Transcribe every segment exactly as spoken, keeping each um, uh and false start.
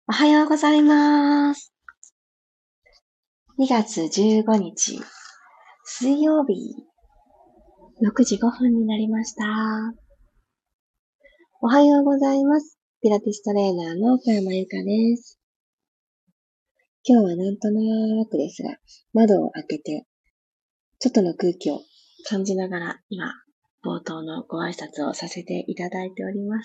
おはようございます。にがつじゅうごにち、水曜日、ろくじごふんになりました。おはようございます。ピラティストレーナーの小山由かです。今日はなんとなくですが、窓を開けて、外の空気を感じながら、今、冒頭のご挨拶をさせていただいております。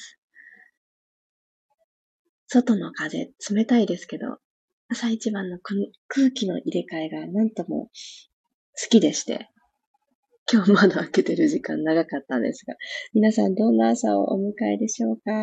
外の風、冷たいですけど、朝一番の空気の入れ替えがなんとも好きでして、今日窓開けてる時間長かったんですが、皆さんどんな朝をお迎えでしょうか？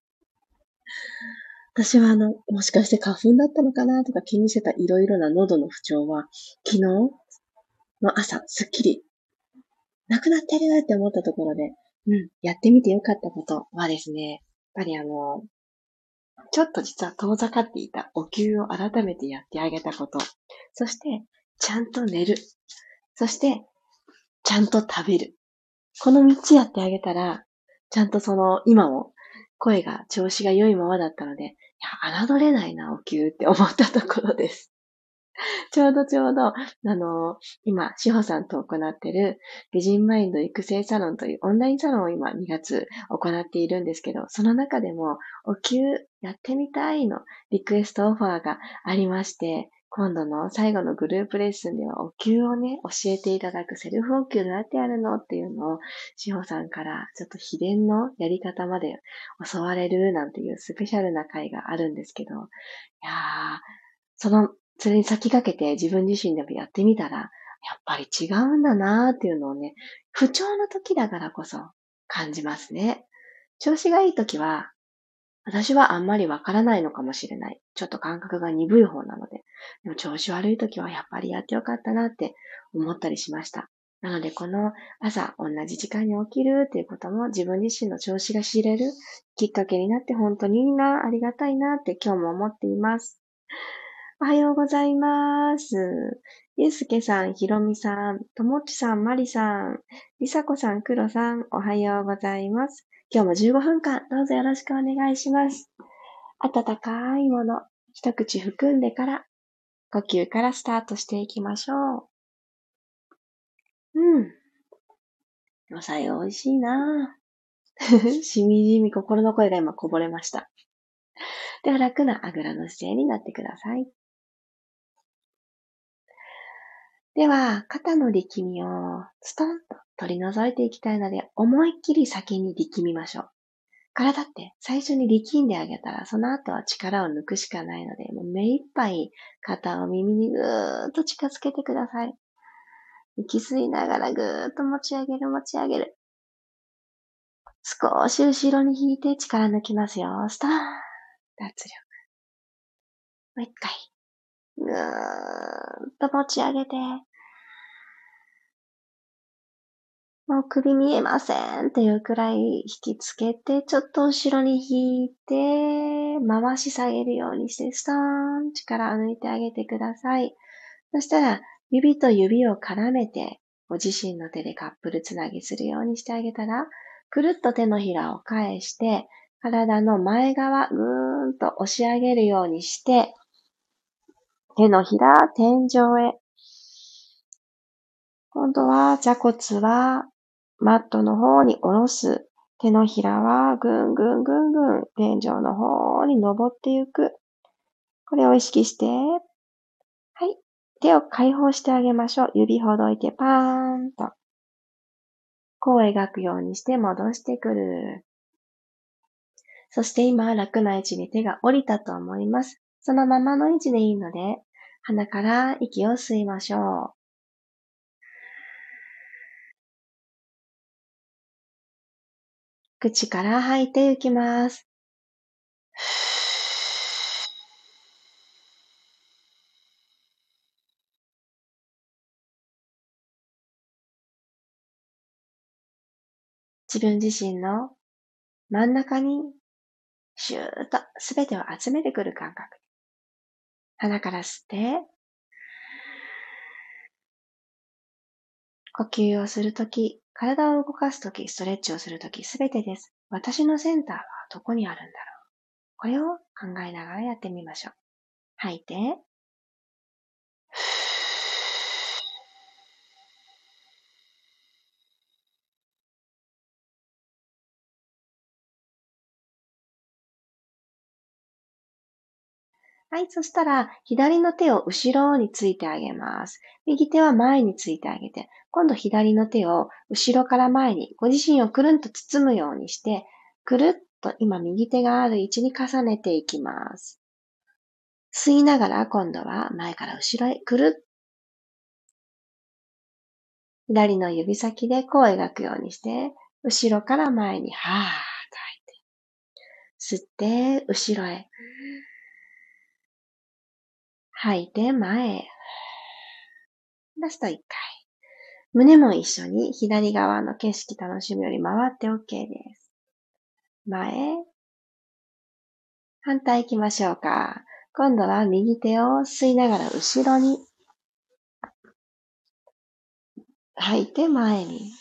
私はあの、もしかして花粉だったのかなとか気にしてたいろいろな喉の不調は、昨日の朝、すっきり、なくなってるって思ったところで、うん、やってみてよかったことはですね、やっぱりあの、ちょっと実は遠ざかっていたお灸を改めてやってあげたこと、そして、ちゃんと寝る、そして、ちゃんと食べる。このみっつやってあげたら、ちゃんとその、今も声が調子が良いままだったので、いや、侮れないな、お灸って思ったところです。ちょうどちょうど、あの、今、しほさんと行っている美人マインド育成サロンというオンラインサロンを今にがつ行っているんですけど、その中でもお灸やってみたいのリクエストオファーがありまして、今度の最後のグループレッスンではお灸をね、教えていただくセルフお灸どうやってやるのっていうのを、しほさんからちょっと秘伝のやり方まで教われるなんていうスペシャルな回があるんですけど、いやー、その、それに先駆けて自分自身でもやってみたら、やっぱり違うんだなーっていうのをね、不調の時だからこそ感じますね。調子がいい時は、私はあんまりわからないのかもしれない。ちょっと感覚が鈍い方なので。でも調子悪い時はやっぱりやってよかったなって思ったりしました。なのでこの朝同じ時間に起きるっていうことも自分自身の調子が知れるきっかけになって本当にいいな、ありがたいなって今日も思っています。おはようございます。ゆうすけさん、ひろみさん、ともちさん、まりさん、りさこさん、くろさん、おはようございます。今日もじゅうごふんかん、どうぞよろしくお願いします。温かいもの、一口含んでから、呼吸からスタートしていきましょう。うん。おさよ美味しいなぁ。しみじみ心の声が今こぼれました。では楽なあぐらの姿勢になってください。では、肩の力みをストンと取り除いていきたいので、思いっきり先に力みましょう。体って最初に力んであげたら、その後は力を抜くしかないので、もう目いっぱい肩を耳にぐーっと近づけてください。息吸いながらぐーっと持ち上げる持ち上げる。少し後ろに引いて力抜きますよ。スターン。脱力。もう一回。ぐーっと持ち上げて、もう首見えませんっていうくらい引きつけて、ちょっと後ろに引いて、回し下げるようにして、ストーン、力を抜いてあげてください。そしたら、指と指を絡めて、ご自身の手でカップルつなぎするようにしてあげたら、くるっと手のひらを返して、体の前側、ぐーんと押し上げるようにして、手のひら、天井へ。今度は座骨はマットの方に下ろす。手のひらはぐんぐんぐんぐん天井の方に登っていく。これを意識して、はい。手を解放してあげましょう。指ほどいてパーンと。弧を描くようにして戻してくる。そして今、楽な位置に手が降りたと思います。そのままの位置でいいので、鼻から息を吸いましょう。口から吐いていきます。自分自身の真ん中にシューッとすべてを集めてくる感覚。鼻から吸って、呼吸をするとき、体を動かすとき、ストレッチをするとき、すべてです。私のセンターはどこにあるんだろこれを考えながらやってみましょう。吐いて。はい、そしたら、左の手を後ろについてあげます。右手は前についてあげて、今度左の手を後ろから前に、ご自身をくるんと包むようにして、くるっと今右手がある位置に重ねていきます。吸いながら今度は前から後ろへくるっ。左の指先で弧を描くようにして、後ろから前にはーっと吐いて。吸って、後ろへ。吐いて、前へ。ラストいっかい。胸も一緒に左側の景色楽しむより回って OK です。前。反対行きましょうか。今度は右手を吸いながら後ろに。吐いて前に。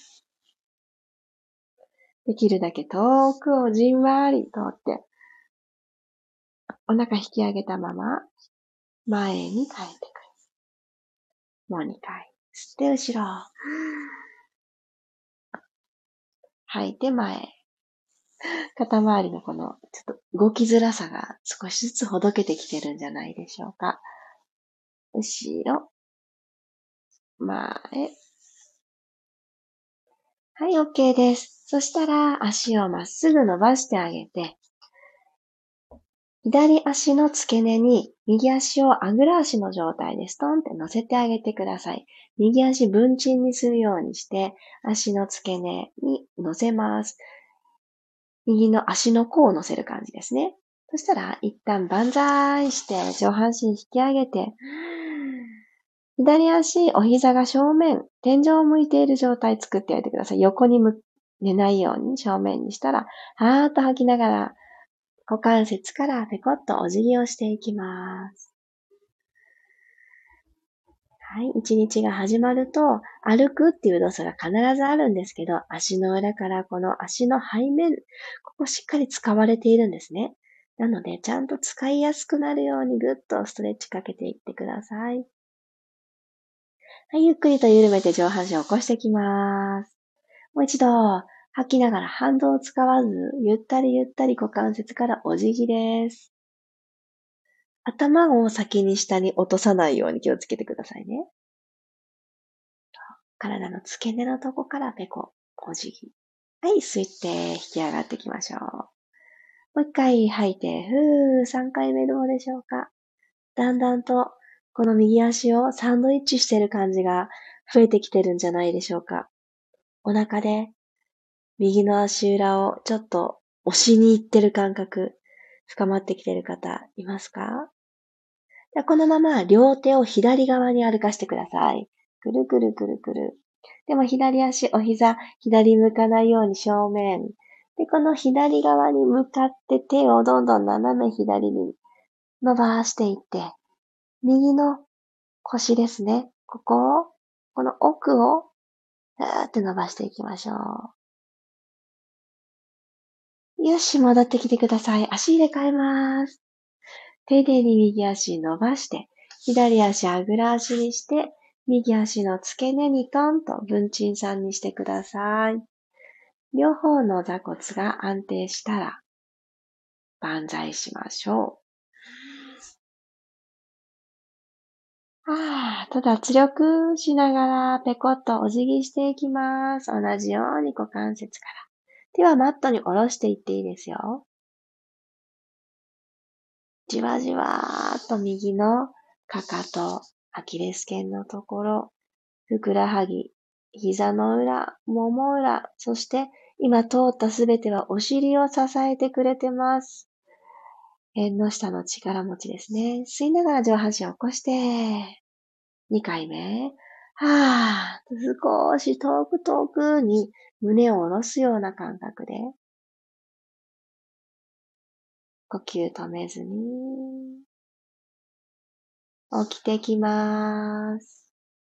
できるだけ遠くをじんわり通って、お腹引き上げたまま前に帰ってくる。もうにかい。吸って後ろ。吐いて前。肩周りのこのちょっと動きづらさが少しずつほどけてきてるんじゃないでしょうか。後ろ。前。はい、OK です。そしたら足をまっすぐ伸ばしてあげて、左足の付け根に右足をあぐら足の状態でストンって乗せてあげてください。右足分鎮にするようにして足の付け根に乗せます。右の足の甲を乗せる感じですね。そしたら一旦万歳して上半身引き上げて、左足、お膝が正面、天井を向いている状態作っておいてください。横に向寝ないように正面にしたら、はーっと吐きながら、股関節からペコッとお辞儀をしていきます。はい。一日が始まると、歩くっていう動作が必ずあるんですけど、足の裏からこの足の背面、ここしっかり使われているんですね。なので、ちゃんと使いやすくなるようにぐっとストレッチかけていってください。はい、ゆっくりと緩めて上半身を起こしていきます。もう一度、吐きながら反動を使わず、ゆったりゆったり股関節からお辞儀です。頭を先に下に落とさないように気をつけてくださいね。体の付け根のとこからペコ、お辞儀。はい、吸って引き上がっていきましょう。もう一回吐いて、ふー、さんかいめどうでしょうか。だんだんと、この右足をサンドイッチしてる感じが増えてきてるんじゃないでしょうか。お腹で右の足裏をちょっと押しに行ってる感覚、深まってきてる方いますか？じゃあこのまま両手を左側に歩かしてください。くるくるくるくる。でも左足、お膝、左向かないように正面。で、この左側に向かって手をどんどん斜め左に伸ばしていって、右の腰ですね。ここを、この奥を、ぐーって伸ばしていきましょう。よし、戻ってきてください。足入れ替えます。手で右足伸ばして、左足あぐら足にして、右足の付け根にトンと文鎮さんにしてください。両方の座骨が安定したら、万歳しましょう。ああ、ただ圧力しながらペコッとお辞儀していきます。同じように股関節から。手はマットに下ろしていっていいですよ。じわじわーっと右のかかと、アキレス腱のところ、ふくらはぎ、膝の裏、もも裏、そして今通ったすべてはお尻を支えてくれてます。縁の下の力持ちですね。吸いながら上半身を起こして、にかいめ。はぁ、少し遠く遠くに胸を下ろすような感覚で、呼吸止めずに、起きてきます。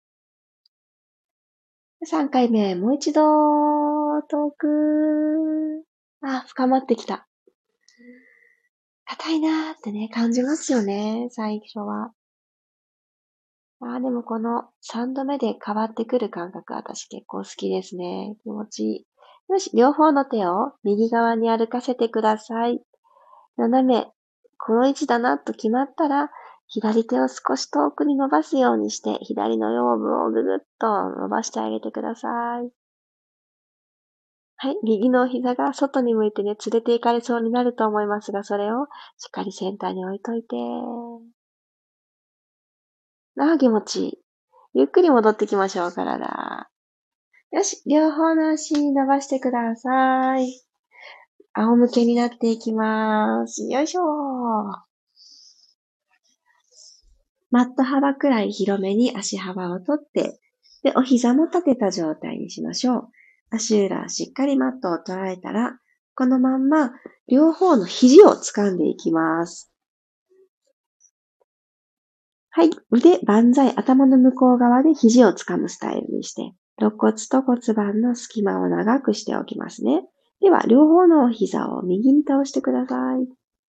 さんかいめ、もう一度、遠く、あ、深まってきた。 硬いなーってね、感じますよね、最初は。あーでもこのさんどめで変わってくる感覚、私結構好きですね。気持ちいい。よし、両方の手を右側に歩かせてください。斜め、この位置だなと決まったら、左手を少し遠くに伸ばすようにして、左の腰部をぐぐっと伸ばしてあげてください。はい、右の膝が外に向いてね、連れて行かれそうになると思いますが、それをしっかりセンターに置いといて。ああ、気持ちいい。ゆっくり戻ってきましょう、体。よし、両方の足伸ばしてください。仰向けになっていきます。よいしょー。マット幅くらい広めに足幅をとって、で、お膝も立てた状態にしましょう。足裏しっかりマットを捉えたら、このまんま両方の肘を掴んでいきます。はい。腕、万歳、頭の向こう側で肘を掴むスタイルにして、肋骨と骨盤の隙間を長くしておきますね。では、両方の膝を右に倒してください。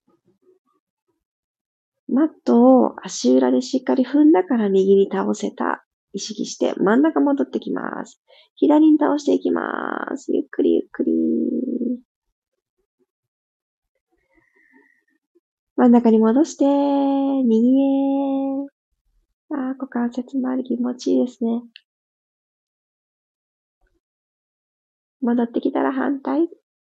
マットを足裏でしっかり踏んだから右に倒せた。意識して真ん中戻ってきます。左に倒していきます。ゆっくりゆっくり。真ん中に戻して、右へ。ああ、股関節周り気持ちいいですね。戻ってきたら反対。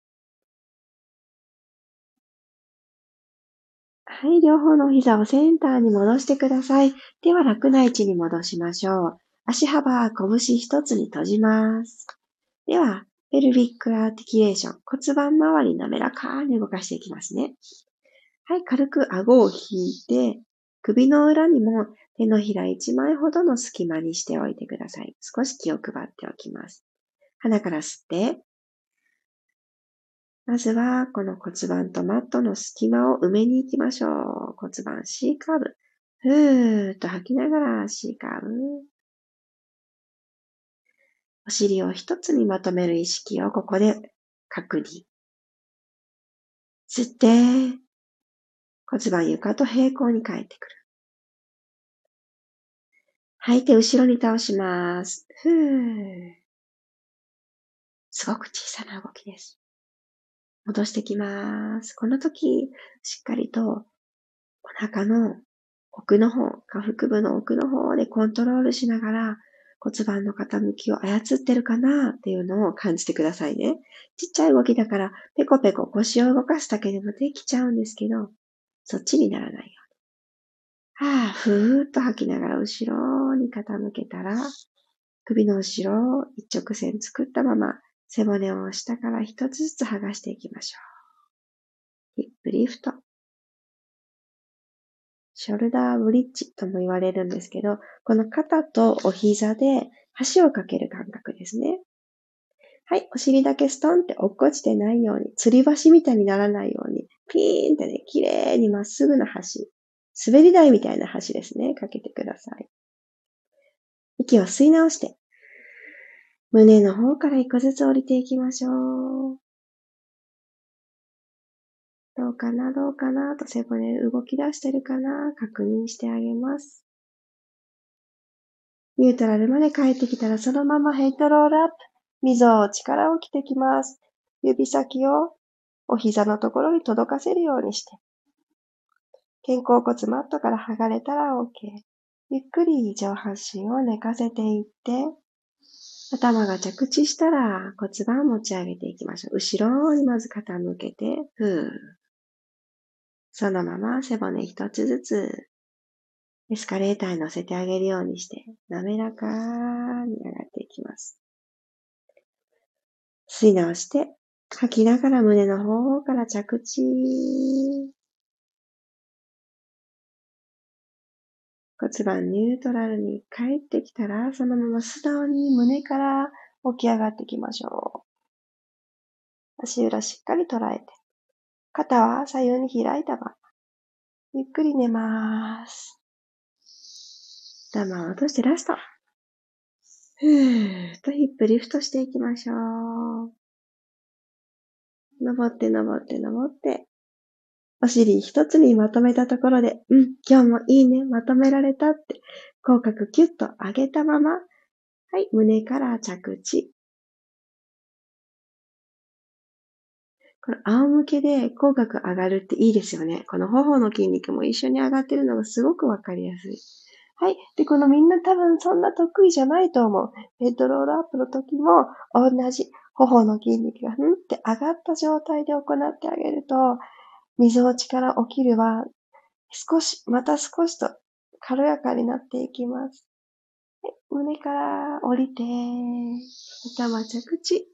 はい、両方の膝をセンターに戻してください。では楽な位置に戻しましょう。足幅、拳一つに閉じます。では、ペルビックアーティキュレーション、骨盤周り滑らかに動かしていきますね。はい、軽く顎を引いて、首の裏にも手のひらいちまいほどの隙間にしておいてください。少し気を配っておきます。鼻から吸って、まずは、この骨盤とマットの隙間を埋めに行きましょう。骨盤 C カーブ。ふーっと吐きながら C カーブ。お尻を一つにまとめる意識をここで確認。吸って、骨盤床と平行に帰ってくる。吐いて後ろに倒します。ふー。すごく小さな動きです。戻してきます。この時、しっかりとお腹の奥の方、下腹部の奥の方でコントロールしながら骨盤の傾きを操ってるかなっていうのを感じてくださいね。ちっちゃい動きだからペコペコ腰を動かすだけでもできちゃうんですけど、そっちにならないように。はぁ、ふーっと吐きながら後ろに傾けたら、首の後ろを一直線作ったまま背骨を下から一つずつ剥がしていきましょう。ヒップリフト。ショルダーブリッジとも言われるんですけど、この肩とお膝で橋をかける感覚ですね。はい、お尻だけストンって落っこちてないように、吊り橋みたいにならないように、ピーンってね、綺麗にまっすぐな橋。滑り台みたいな橋ですね。かけてください。息を吸い直して、胸の方から一個ずつ降りていきましょう。どうかな、どうかなと背骨動き出してるかな確認してあげます。ニュートラルまで帰ってきたらそのままヘッドロールアップ。みぞ、力をきてきます。指先をお膝のところに届かせるようにして。肩甲骨マットから剥がれたら OK。ゆっくり上半身を寝かせていって、頭が着地したら骨盤を持ち上げていきましょう。後ろにまず傾けて、ふー。そのまま背骨一つずつエスカレーターに乗せてあげるようにして、滑らかに上がっていきます。吸い直して、吐きながら胸の方から着地。骨盤ニュートラルに帰ってきたら、そのまま素直に胸から起き上がっていきましょう。足裏しっかり捉えて、肩は左右に開いたまま、ゆっくり寝ます。頭を落としてラスト。ふーっとヒップリフトしていきましょう。登って登って登って、 お尻一つにまとめたところで、うん、今日もいいね、まとめられたって、口角キュッと上げたまま、はい、胸から着地。この仰向けで口角上がるっていいですよね。この頬の筋肉も一緒に上がってるのがすごくわかりやすい。はい。で、このみんな多分そんな得意じゃないと思う。ヘッドロールアップの時も同じ頬の筋肉がふんって上がった状態で行ってあげると、みぞおちから起きるは少し、また少しと軽やかになっていきます。はい、胸から降りて、頭着地。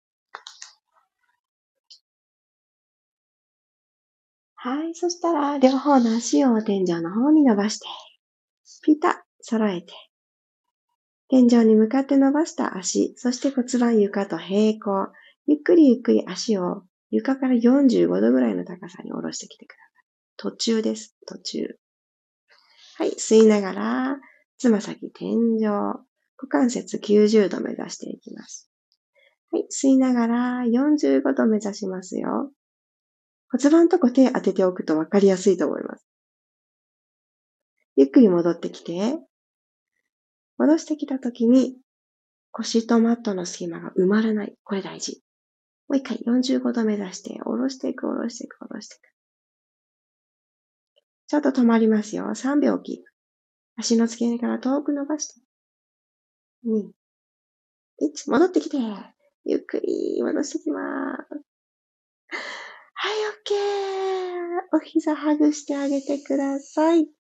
はい。そしたら、両方の足を天井の方に伸ばして、ピタッ、揃えて、天井に向かって伸ばした足、そして骨盤床と平行。ゆっくりゆっくり足を床からよんじゅうごどぐらいの高さに下ろしてきてください。途中です。途中。はい。吸いながら、つま先天井。股関節きゅうじゅうど目指していきます。はい。吸いながらよんじゅうごど目指しますよ。骨盤とこ手当てておくと分かりやすいと思います。ゆっくり戻ってきて、戻してきたときに腰とマットの隙間が埋まらない。これ大事。もう一回よんじゅうごど目指して、下ろしていく、下ろしていく、下ろしていく。ちょっと止まりますよ。さんびょうキープ。足の付け根から遠く伸ばして。に、いち、戻ってきて。ゆっくり戻してきます。はい、オッケー。お膝ハグしてあげてください。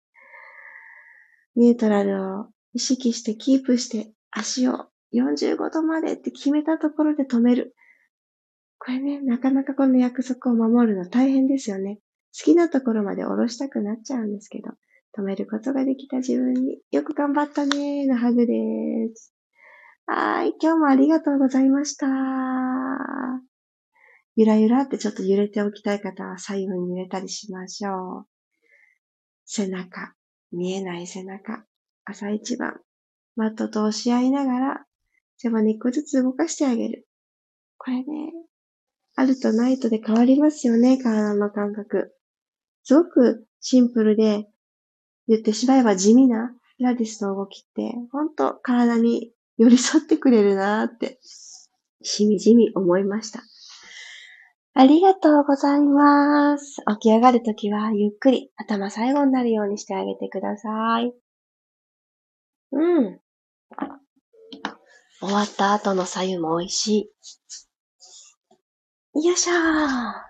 ニュートラルを意識してキープして、足をよんじゅうごどまでって決めたところで止める。これね、なかなかこの約束を守るの大変ですよね。好きなところまで下ろしたくなっちゃうんですけど、止めることができた自分によく頑張ったねーのハグです。はーい、今日もありがとうございました。ゆらゆらってちょっと揺れておきたい方は左右に揺れたりしましょう。背中、見えない背中、朝一番、マットと押し合いながら背骨一個ずつ動かしてあげる。これね、あるとないとで変わりますよね、体の感覚。すごくシンプルで、言ってしまえば地味なピラティスの動きって、ほんと体に寄り添ってくれるなーって、しみじみ思いました。ありがとうございます。起き上がるときはゆっくり頭最後になるようにしてあげてください。うん。終わった後の白湯も美味しい。よいしょー。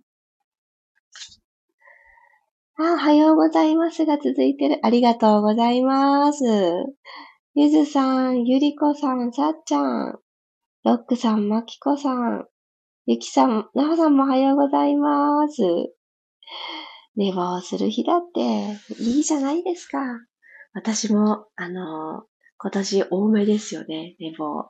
あ、おはようございますが続いてる。ありがとうございます。ゆずさん、ゆりこさん、さっちゃん、ロックさん、まきこさん、ゆきさん、なほさんもおはようございます。寝坊する日だっていいじゃないですか。私も、あの、今年多めですよね、寝坊。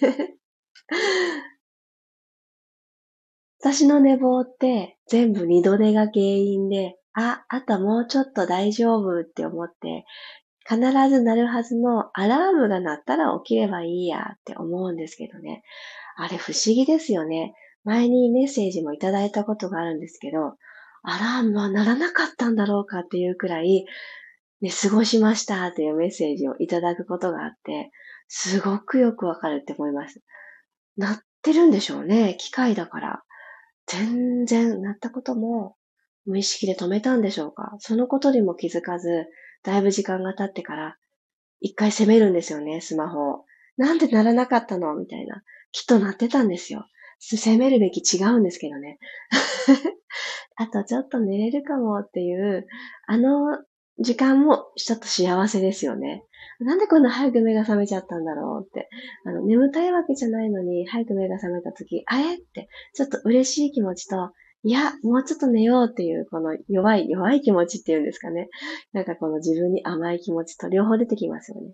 私の寝坊って全部二度寝が原因で、あ、あともうちょっと大丈夫って思って、必ず鳴るはずのアラームが鳴ったら起きればいいやって思うんですけどね。あれ不思議ですよね。前にメッセージもいただいたことがあるんですけど、アラームは鳴らなかったんだろうかっていうくらい、ね、過ごしましたっていうメッセージをいただくことがあって、すごくよくわかるって思います。鳴ってるんでしょうね。機械だから。全然鳴ったことも無意識で止めたんでしょうか。そのことにも気づかず、だいぶ時間が経ってから、一回責めるんですよね、スマホを。なんで鳴らなかったのみたいな。きっと鳴ってたんですよ。責めるべき違うんですけどね。あとちょっと寝れるかもっていう、あの時間もちょっと幸せですよね。なんでこんな早く目が覚めちゃったんだろうって。あの、眠たいわけじゃないのに、早く目が覚めた時、あれって、ちょっと嬉しい気持ちと、いや、もうちょっと寝ようっていう、この弱い、弱い気持ちっていうんですかね。なんかこの自分に甘い気持ちと両方出てきますよね。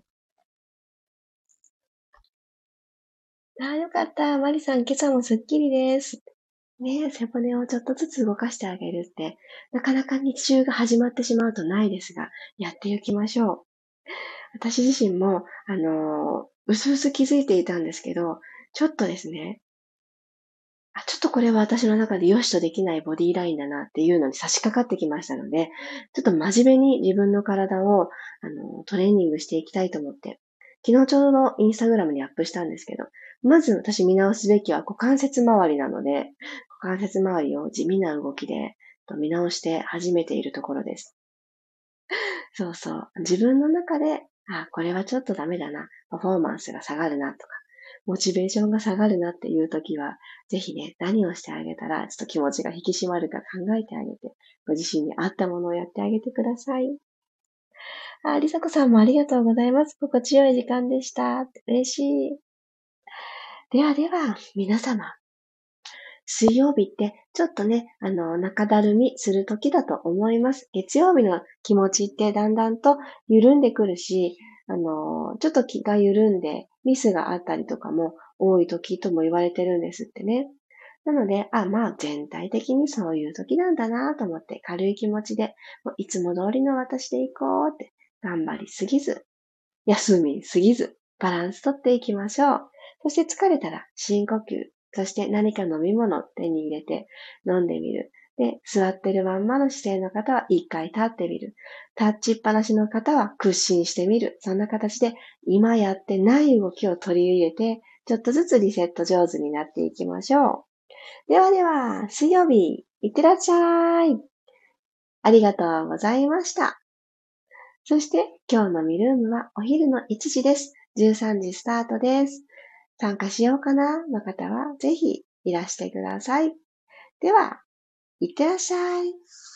ああ、よかった。マリさん、今朝もスッキリです。ねえ、背骨をちょっとずつ動かしてあげるって、なかなか日中が始まってしまうとないですが、やっていきましょう。私自身も、あのー、うすうす気づいていたんですけど、ちょっとですね、 あ、ちょっとこれは私の中で良しとできないボディラインだなっていうのに差し掛かってきましたので、ちょっと真面目に自分の体を、あの、トレーニングしていきたいと思って、昨日ちょうどインスタグラムにアップしたんですけど、まず私見直すべきは股関節周りなので、股関節周りを地味な動きでと見直して始めているところです。そうそう。自分の中で、あ、これはちょっとダメだな。パフォーマンスが下がるなとか、モチベーションが下がるなっていう時は、ぜひね、何をしてあげたら、ちょっと気持ちが引き締まるか考えてあげて、ご自身に合ったものをやってあげてください。あ、りさこさんもありがとうございます。心地よい時間でした。嬉しい。ではでは、皆様、水曜日ってちょっとね、あの、中だるみする時だと思います。月曜日の気持ちってだんだんと緩んでくるし、あの、ちょっと気が緩んでミスがあったりとかも多い時とも言われてるんですってね。なので、あ、まあ全体的にそういう時なんだなと思って軽い気持ちで、もういつも通りの私で行こうって頑張りすぎず、休みすぎず、バランスとっていきましょう。そして疲れたら深呼吸、そして何か飲み物を手に入れて飲んでみる。で、座ってるまんまの姿勢の方は一回立ってみる。立ちっぱなしの方は屈伸してみる。そんな形で今やってない動きを取り入れて、ちょっとずつリセット上手になっていきましょう。ではでは、水曜日、いってらっしゃい。ありがとうございました。そして今日のミルームはお昼のいちじです。じゅうさんじスタートです。参加しようかなの方はぜひいらしてください。では、いってらっしゃい。